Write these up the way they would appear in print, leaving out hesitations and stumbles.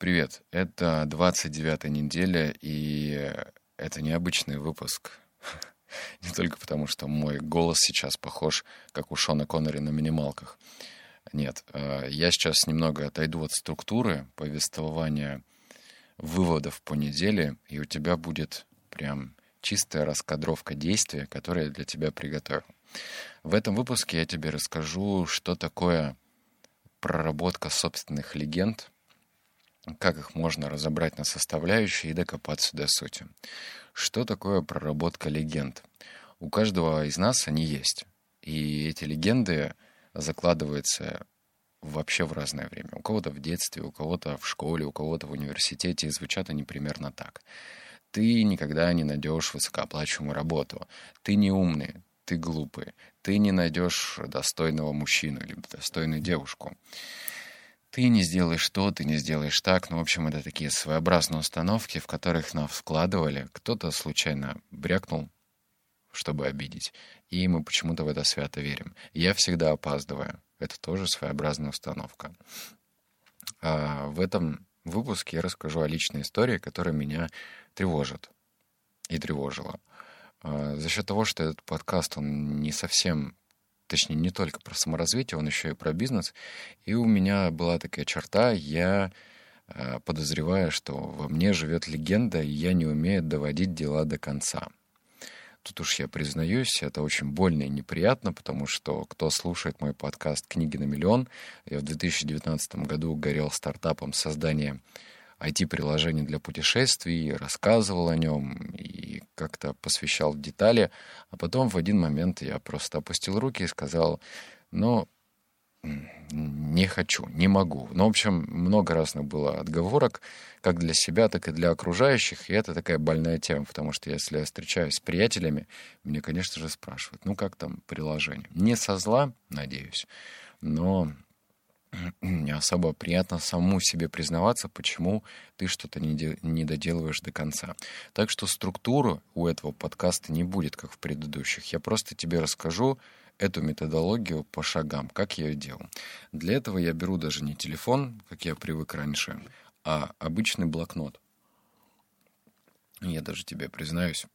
Привет, это 29-я неделя, и это необычный выпуск. Не только потому, что мой голос сейчас похож, как у Шона Коннери на минималках. Нет, я сейчас немного отойду от структуры повествования выводов по неделе, и у тебя будет прям чистая раскадровка действия, которое я для тебя приготовил. В этом выпуске я тебе расскажу, что такое проработка собственных легенд, как их можно разобрать на составляющие и докопаться до сути. Что такое проработка легенд? У каждого из нас они есть. И эти легенды закладываются вообще в разное время. У кого-то в детстве, у кого-то в школе, у кого-то в университете. И звучат они примерно так. Ты никогда не найдешь высокооплачиваемую работу. Ты не умный, ты глупый. Ты не найдешь достойного мужчину или достойную девушку. Ты не сделаешь то, ты не сделаешь так. Ну, в общем, это такие своеобразные установки, в которых нас вкладывали. Кто-то случайно брякнул, чтобы обидеть. И мы почему-то в это свято верим. Я всегда опаздываю. Это тоже своеобразная установка. В этом выпуске я расскажу о личной истории, которая меня тревожит и тревожила. За счет того, что этот подкаст, он не совсем... Точнее, не только про саморазвитие, он еще и про бизнес. И у меня была такая черта, я подозреваю, что во мне живет легенда, и я не умею доводить дела до конца. Тут уж я признаюсь, это очень больно и неприятно, потому что кто слушает мой подкаст «Книги на миллион», я в 2019 году горел стартапом создания IT-приложений для путешествий, рассказывал о нем и как-то посвящал в детали. А потом в один момент я просто опустил руки и сказал, не хочу, не могу. Ну, в общем, много разных было отговорок, как для себя, так и для окружающих. И это такая больная тема, потому что если я встречаюсь с приятелями, мне, конечно же, спрашивают, как там приложение? Не со зла, надеюсь, но... не особо приятно самому себе признаваться, почему ты что-то не доделываешь до конца. Так что структуры у этого подкаста не будет, как в предыдущих. Я просто тебе расскажу эту методологию по шагам, как я ее делал. Для этого я беру даже не телефон, как я привык раньше, а обычный блокнот. Я даже тебе признаюсь,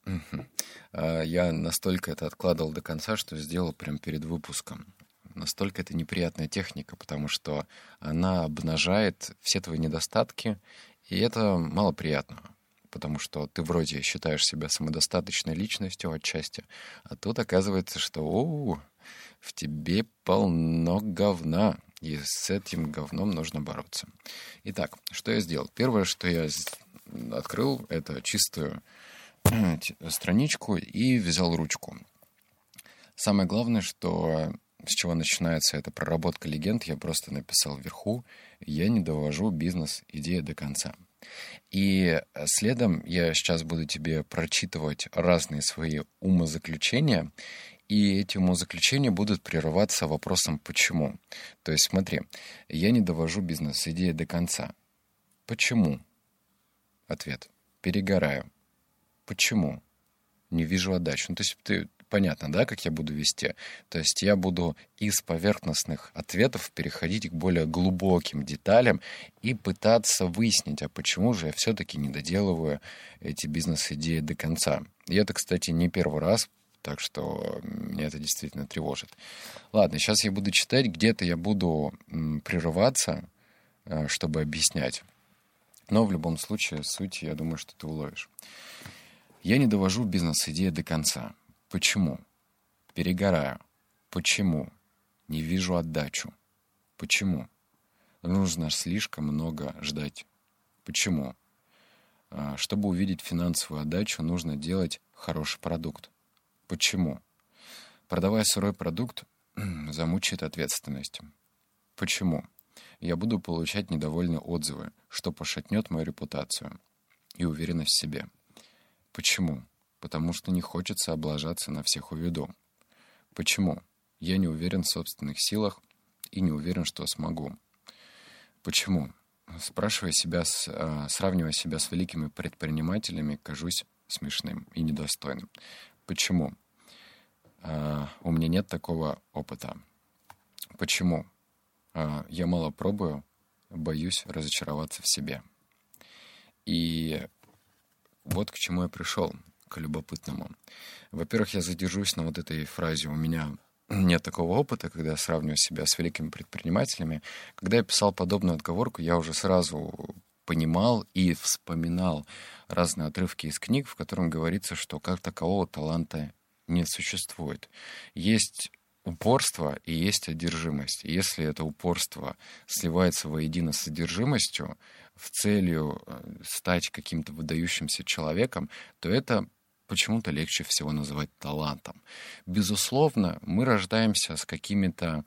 я настолько это откладывал до конца, что сделал прямо перед выпуском. Настолько это неприятная техника, потому что она обнажает все твои недостатки, и это мало приятно, потому что ты вроде считаешь себя самодостаточной личностью отчасти, а тут оказывается, что в тебе полно говна, и с этим говном нужно бороться. Итак, что я сделал? Первое, что я открыл, это чистую страничку и взял ручку. Самое главное, что... С чего начинается эта проработка легенд, я просто написал вверху, я не довожу бизнес-идею до конца. И следом я сейчас буду тебе прочитывать разные свои умозаключения, и эти умозаключения будут прерываться вопросом «почему?». То есть смотри, я не довожу бизнес-идею до конца. Почему? Ответ. Перегораю. Почему? Не вижу отдачи. То есть ты... Понятно, да, как я буду вести? То есть я буду из поверхностных ответов переходить к более глубоким деталям и пытаться выяснить, а почему же я все-таки не доделываю эти бизнес-идеи до конца. И это, кстати, не первый раз, так что меня это действительно тревожит. Ладно, сейчас я буду читать, где-то я буду прерываться, чтобы объяснять. Но в любом случае суть, я думаю, что ты уловишь. Я не довожу бизнес-идеи до конца. Почему? Перегораю. Почему? Не вижу отдачу. Почему? Нужно слишком много ждать. Почему? Чтобы увидеть финансовую отдачу, нужно делать хороший продукт. Почему? Продавая сырой продукт, замучает ответственность. Почему? Я буду получать недовольные отзывы, что пошатнет мою репутацию и уверенность в себе. Почему? Потому что не хочется облажаться на всех увиду. Почему? Я не уверен в собственных силах и не уверен, что смогу. Почему? Сравнивая себя с великими предпринимателями, кажусь смешным и недостойным. Почему? У меня нет такого опыта. Почему? Я мало пробую, боюсь разочароваться в себе. И вот к чему я пришел, к любопытному. Во-первых, я задержусь на вот этой фразе «у меня нет такого опыта», когда я сравниваю себя с великими предпринимателями. Когда я писал подобную отговорку, я уже сразу понимал и вспоминал разные отрывки из книг, в котором говорится, что как такового таланта не существует. Есть упорство и есть одержимость. И если это упорство сливается воедино с одержимостью в целью стать каким-то выдающимся человеком, то это почему-то легче всего называть талантом. Безусловно, мы рождаемся с какими-то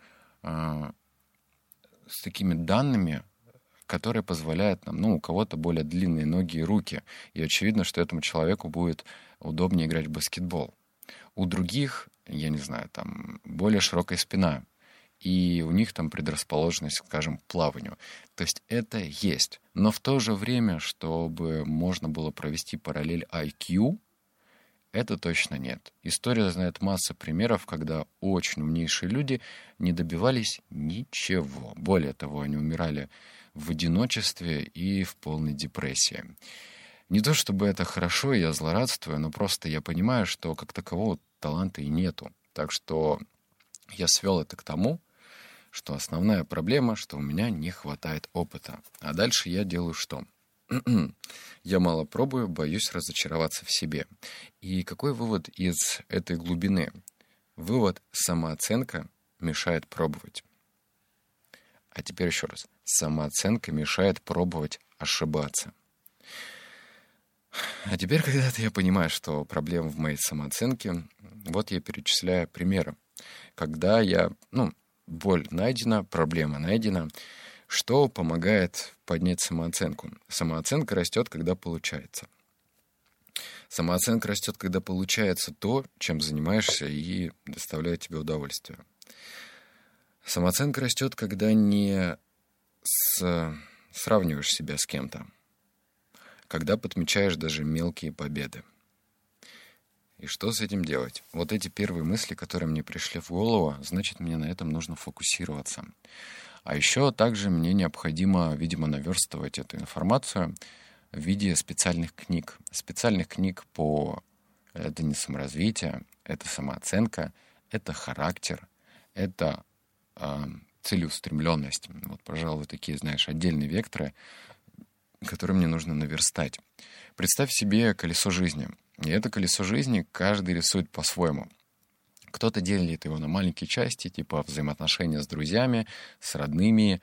с такими данными, которые позволяют нам, у кого-то более длинные ноги и руки, и очевидно, что этому человеку будет удобнее играть в баскетбол. У других, я не знаю, там более широкая спина, и у них там предрасположенность, скажем, к плаванию. То есть это есть. Но в то же время, чтобы можно было провести параллель IQ, это точно нет. История знает массу примеров, когда очень умнейшие люди не добивались ничего. Более того, они умирали в одиночестве и в полной депрессии. Не то чтобы это хорошо, я злорадствую, но просто я понимаю, что как такового таланта и нету. Так что я свел это к тому, что основная проблема, что у меня не хватает опыта. А дальше я делаю что? Я мало пробую, боюсь разочароваться в себе. И какой вывод из этой глубины? Вывод: самооценка мешает пробовать. А теперь еще раз. Самооценка мешает пробовать ошибаться. А теперь, когда-то я понимаю, что проблема в моей самооценке, вот я перечисляю примеры. Когда боль найдена, проблема найдена, что помогает поднять самооценку? Самооценка растет, когда получается. Самооценка растет, когда получается то, чем занимаешься и доставляет тебе удовольствие. Самооценка растет, когда не сравниваешь себя с кем-то, когда подмечаешь даже мелкие победы. И что с этим делать? Вот эти первые мысли, которые мне пришли в голову, значит, мне на этом нужно фокусироваться. А еще также мне необходимо, видимо, наверстывать эту информацию в виде специальных книг. Специальных книг это не саморазвитие, это самооценка, это характер, это целеустремленность. Вот, пожалуй, такие, отдельные векторы, которые мне нужно наверстать. Представь себе колесо жизни. И это колесо жизни каждый рисует по-своему. Кто-то делит его на маленькие части, типа взаимоотношения с друзьями, с родными,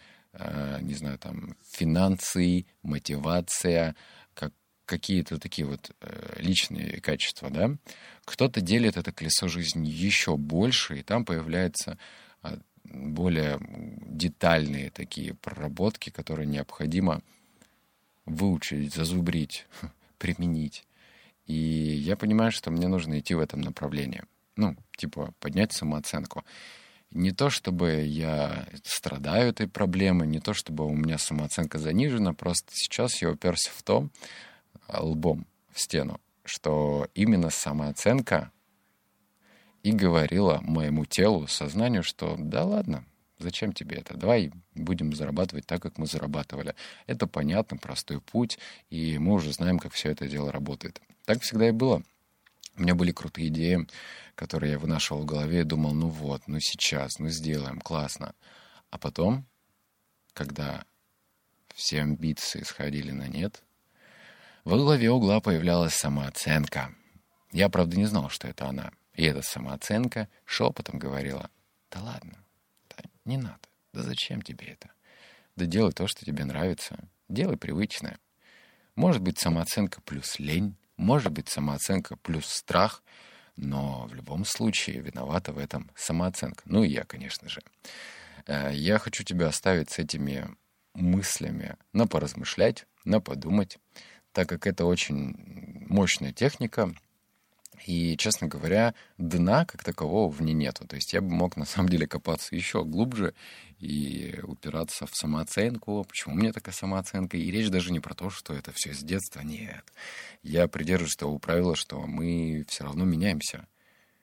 финансы, мотивация, какие-то такие вот личные качества, да. Кто-то делит это колесо жизни еще больше, и там появляются более детальные такие проработки, которые необходимо выучить, зазубрить, применить. И я понимаю, что мне нужно идти в этом направлении. Поднять самооценку. Не то, чтобы я страдаю этой проблемой, не то, чтобы у меня самооценка занижена, просто сейчас я уперся в то, лбом в стену, что именно самооценка и говорила моему телу, сознанию, что да ладно, зачем тебе это? Давай будем зарабатывать так, как мы зарабатывали. Это понятно, простой путь, и мы уже знаем, как все это дело работает. Так всегда и было. У меня были крутые идеи, которые я вынашивал в голове и думал, сейчас, сделаем, классно. А потом, когда все амбиции сходили на нет, во главе угла появлялась самооценка. Я, правда, не знал, что это она. И эта самооценка шепотом говорила: да ладно, да не надо, да зачем тебе это? Да делай то, что тебе нравится, делай привычное. Может быть, самооценка плюс лень, может быть, самооценка плюс страх, но в любом случае виновата в этом самооценка. И я, конечно же. Я хочу тебя оставить с этими мыслями на поразмышлять, на подумать, так как это очень мощная техника, и, честно говоря, дна как такового в ней нету. То есть я бы мог, на самом деле, копаться еще глубже и упираться в самооценку. Почему у меня такая самооценка? И речь даже не про то, что это все с детства. Нет. Я придерживаюсь того правила, что мы все равно меняемся.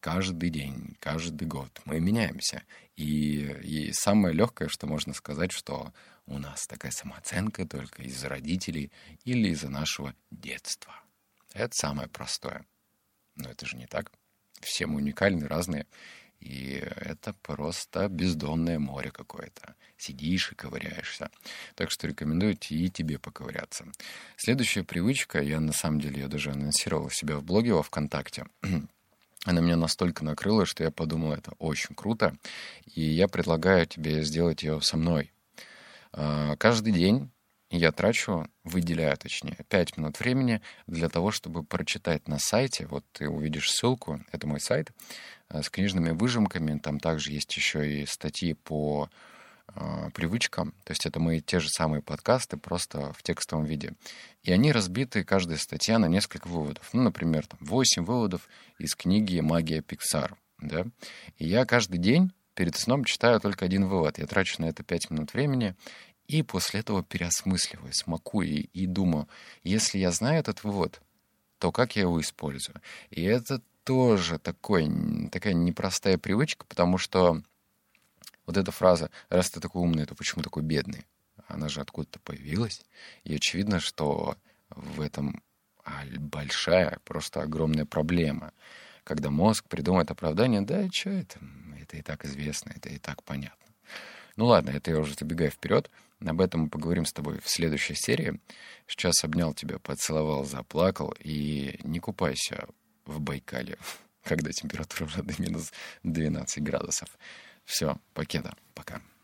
каждый день, каждый год мы меняемся. И самое легкое, что можно сказать, что у нас такая самооценка только из-за родителей или из-за нашего детства. Это самое простое. Но это же не так. Все мы уникальны, разные. И это просто бездонное море какое-то. Сидишь и ковыряешься. Так что рекомендую и тебе поковыряться. Следующая привычка, я на самом деле ее даже анонсировал у себя в блоге во ВКонтакте. Она меня настолько накрыла, что я подумал, это очень круто. И я предлагаю тебе сделать ее со мной. Каждый день я выделяю, точнее, 5 минут времени для того, чтобы прочитать на сайте. Вот ты увидишь ссылку, это мой сайт, с книжными выжимками. Там также есть еще и статьи по привычкам. То есть это мои те же самые подкасты, просто в текстовом виде. И они разбиты, каждая статья, на несколько выводов. Ну, например, там 8 выводов из книги «Магия Пиксар». Да? И я каждый день перед сном читаю только один вывод. Я трачу на это 5 минут времени, и после этого переосмысливаю, смакую и думаю, если я знаю этот вывод, то как я его использую? И это тоже такая непростая привычка, потому что вот эта фраза «раз ты такой умный, то почему такой бедный?» Она же откуда-то появилась. И очевидно, что в этом большая, просто огромная проблема. Когда мозг придумает оправдание, да, что это? Это и так известно, это и так понятно. Ну ладно, это я уже забегаю вперед. Об этом мы поговорим с тобой в следующей серии. Сейчас обнял тебя, поцеловал, заплакал. И не купайся в Байкале, когда температура уже до минус 12 градусов. Все, покеда, пока.